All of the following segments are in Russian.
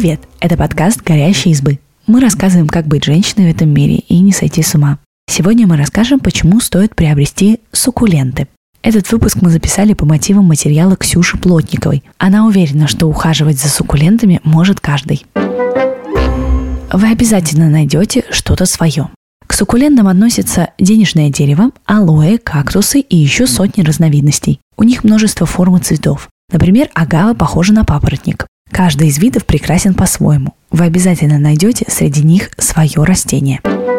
Привет! Это подкаст «Горящие избы». Мы рассказываем, как быть женщиной в этом мире и не сойти с ума. Сегодня мы расскажем, почему стоит приобрести суккуленты. Этот выпуск мы записали по мотивам материала Ксюши Плотниковой. Она уверена, что ухаживать за суккулентами может каждый. Вы обязательно найдете что-то свое. К суккулентам относятся денежное дерево, алоэ, кактусы и еще сотни разновидностей. У них множество форм и цветов. Например, агава похожа на папоротник. Каждый из видов прекрасен по-своему. Вы обязательно найдете среди них свое растение.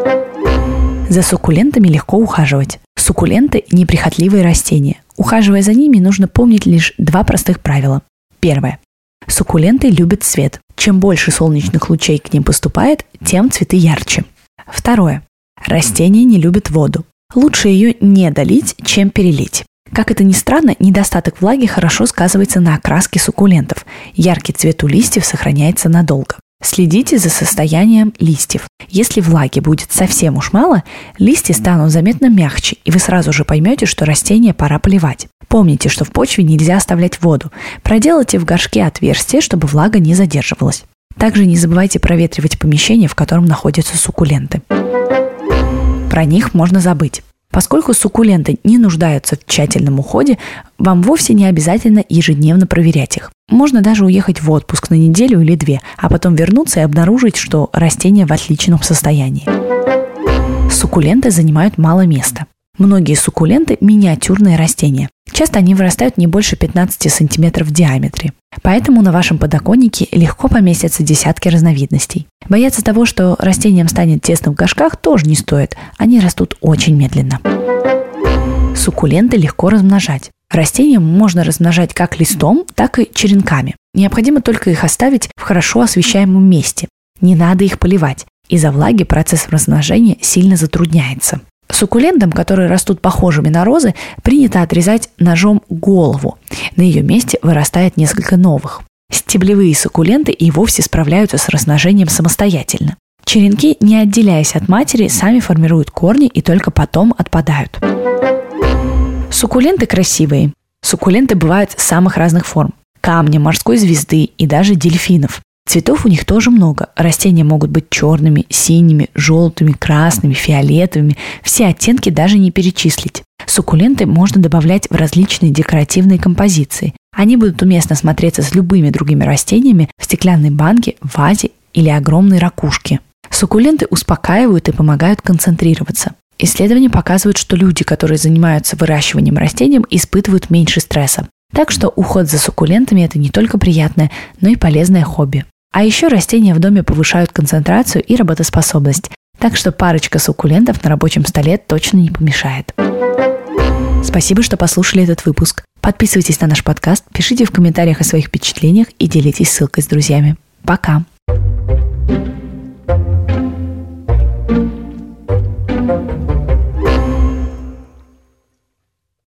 За суккулентами легко ухаживать. Суккуленты – неприхотливые растения. Ухаживая за ними, нужно помнить лишь два простых правила. Первое. Суккуленты любят свет. Чем больше солнечных лучей к ним поступает, тем цветы ярче. Второе. Растения не любят воду. Лучше ее не долить, чем перелить. Как это ни странно, недостаток влаги хорошо сказывается на окраске суккулентов. Яркий цвет у листьев сохраняется надолго. Следите за состоянием листьев. Если влаги будет совсем уж мало, листья станут заметно мягче, и вы сразу же поймете, что растение пора поливать. Помните, что в почве нельзя оставлять воду. Проделайте в горшке отверстие, чтобы влага не задерживалась. Также не забывайте проветривать помещение, в котором находятся суккуленты. Про них можно забыть. Поскольку суккуленты не нуждаются в тщательном уходе, вам вовсе не обязательно ежедневно проверять их. Можно даже уехать в отпуск на неделю или две, а потом вернуться и обнаружить, что растение в отличном состоянии. Суккуленты занимают мало места. Многие суккуленты – миниатюрные растения. Часто они вырастают не больше 15 см в диаметре. Поэтому на вашем подоконнике легко поместятся десятки разновидностей. Бояться того, что растениям станет тесно в горшках, тоже не стоит. Они растут очень медленно. Суккуленты легко размножать. Растения можно размножать как листом, так и черенками. Необходимо только их оставить в хорошо освещаемом месте. Не надо их поливать. Из-за влаги процесс размножения сильно затрудняется. Суккулентам, которые растут похожими на розы, принято отрезать ножом голову. На ее месте вырастает несколько новых. Стеблевые суккуленты и вовсе справляются с размножением самостоятельно. Черенки, не отделяясь от матери, сами формируют корни и только потом отпадают. Суккуленты красивые. Суккуленты бывают самых разных форм. Камня, морской звезды и даже дельфинов. Цветов у них тоже много. Растения могут быть черными, синими, желтыми, красными, фиолетовыми. Все оттенки даже не перечислить. Суккуленты можно добавлять в различные декоративные композиции. Они будут уместно смотреться с любыми другими растениями в стеклянной банке, вазе или огромной ракушке. Суккуленты успокаивают и помогают концентрироваться. Исследования показывают, что люди, которые занимаются выращиванием растений, испытывают меньше стресса. Так что уход за суккулентами – это не только приятное, но и полезное хобби. А еще растения в доме повышают концентрацию и работоспособность, так что парочка суккулентов на рабочем столе точно не помешает. Спасибо, что послушали этот выпуск. Подписывайтесь на наш подкаст, пишите в комментариях о своих впечатлениях и делитесь ссылкой с друзьями. Пока!